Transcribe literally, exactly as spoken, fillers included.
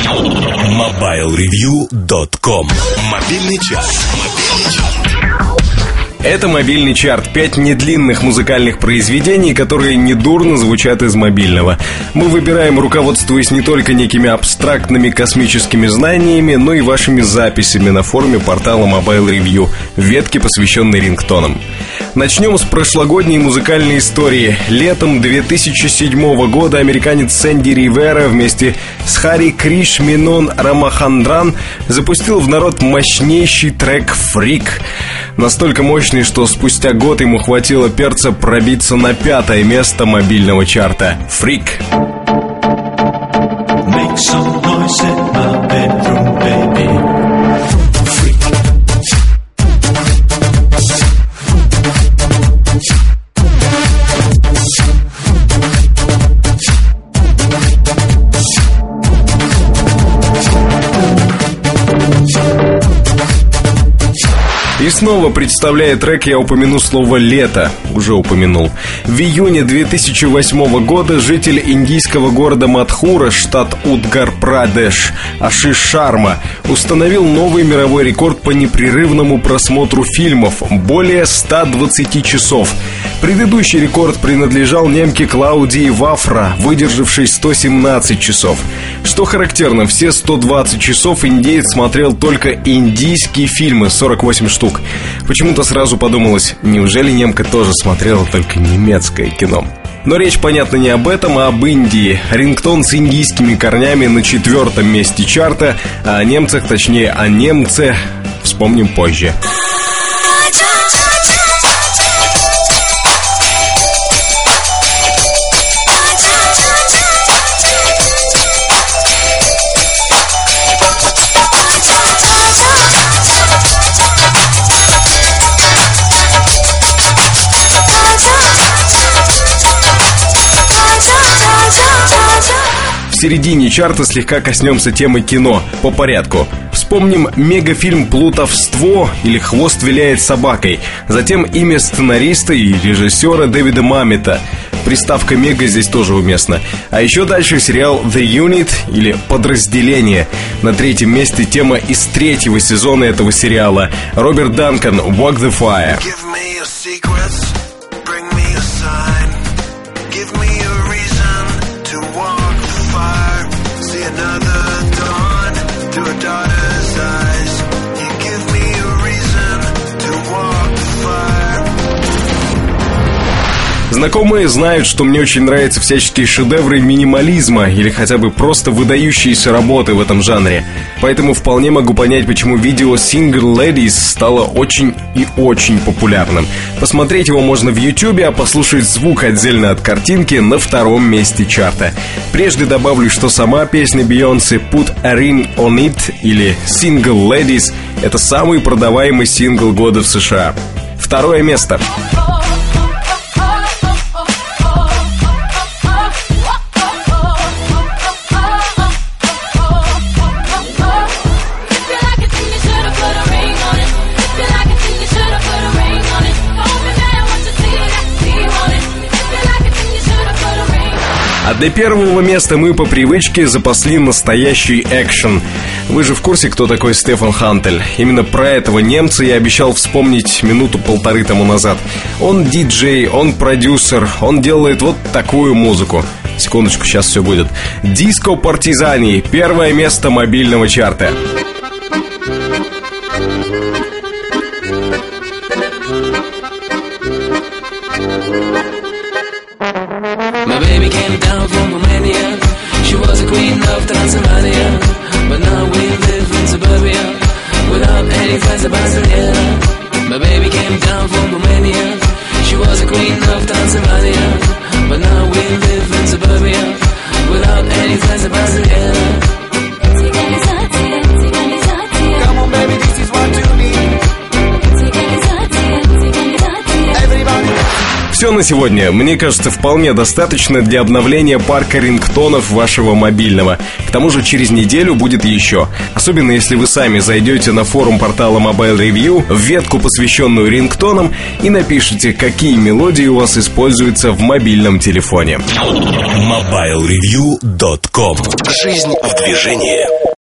мобайл ревью точка ком. Мобильный час. Это мобильный чарт. Пять недлинных музыкальных произведений, которые недурно звучат из мобильного. Мы выбираем, руководствуясь не только некими абстрактными космическими знаниями, но и вашими записями на форуме портала Mobile Review, ветки, посвященной рингтонам. Начнем с прошлогодней музыкальной истории. Летом две тысячи седьмого года американец Сэнди Ривера вместе с Хари Криш Менон Рамахандран запустил в народ мощнейший трек «Фрик». Настолько мощный, что спустя год ему хватило перца пробиться на пятое место мобильного чарта. «Фрик». И снова, представляя трек, я упомяну слово «лето». Уже упомянул. В июне две тысячи восьмого года житель индийского города Мадхура, штат Утгар-Прадеш, Ашиш Шарма, установил новый мировой рекорд по непрерывному просмотру фильмов – более ста двадцати часов. Предыдущий рекорд принадлежал немке Клаудии Вафра, выдержавшей сто семнадцать часов. Что характерно, все сто двадцать часов индеец смотрел только индийские фильмы, сорок восемь штук. Почему-то сразу подумалось, неужели немка тоже смотрела только немецкое кино? Но речь, понятно, не об этом, а об Индии. Рингтон с индийскими корнями на четвертом месте чарта, а о немцах, точнее о немце, вспомним позже. В середине чарта слегка коснемся темы кино, по порядку. Вспомним мегафильм «Плутовство» или «Хвост виляет собакой». Затем имя сценариста и режиссера Дэвида Маммета. Приставка «мега» здесь тоже уместна. А еще дальше сериал «The Unit» или «Подразделение». На третьем месте тема из третьего сезона этого сериала. Роберт Данкан, «Walk the Fire». Знакомые знают, что мне очень нравятся всяческие шедевры минимализма или хотя бы просто выдающиеся работы в этом жанре. Поэтому вполне могу понять, почему видео Single Ladies стало очень и очень популярным. Посмотреть его можно в YouTube, а послушать звук отдельно от картинки на втором месте чарта. Прежде добавлю, что сама песня Бейонсе Put a Ring on It или Single Ladies — это самый продаваемый сингл года в США. Второе место. А для первого места мы по привычке запасли настоящий экшен. Вы же в курсе, кто такой Стефан Хантель? Именно про этого немца я обещал вспомнить минуту-полторы тому назад. Он диджей, он продюсер, он делает вот такую музыку. Секундочку, сейчас все будет. Диско Партизани, первое место мобильного чарта. My baby came down from Romania. She was a queen of Transylvania, but now we live in suburbia without any friends of Brasilia. My baby came down from Romania. She was a queen of Transylvania, but now we live in suburbia without any friends of Brasilia. на сегодня, мне кажется, вполне достаточно для обновления парка рингтонов вашего мобильного. К тому же через неделю будет еще. Особенно если вы сами зайдете на форум портала Mobile Review, в ветку, посвященную рингтонам, и напишите, какие мелодии у вас используются в мобильном телефоне. мобайл ревью точка ком. Жизнь в движении.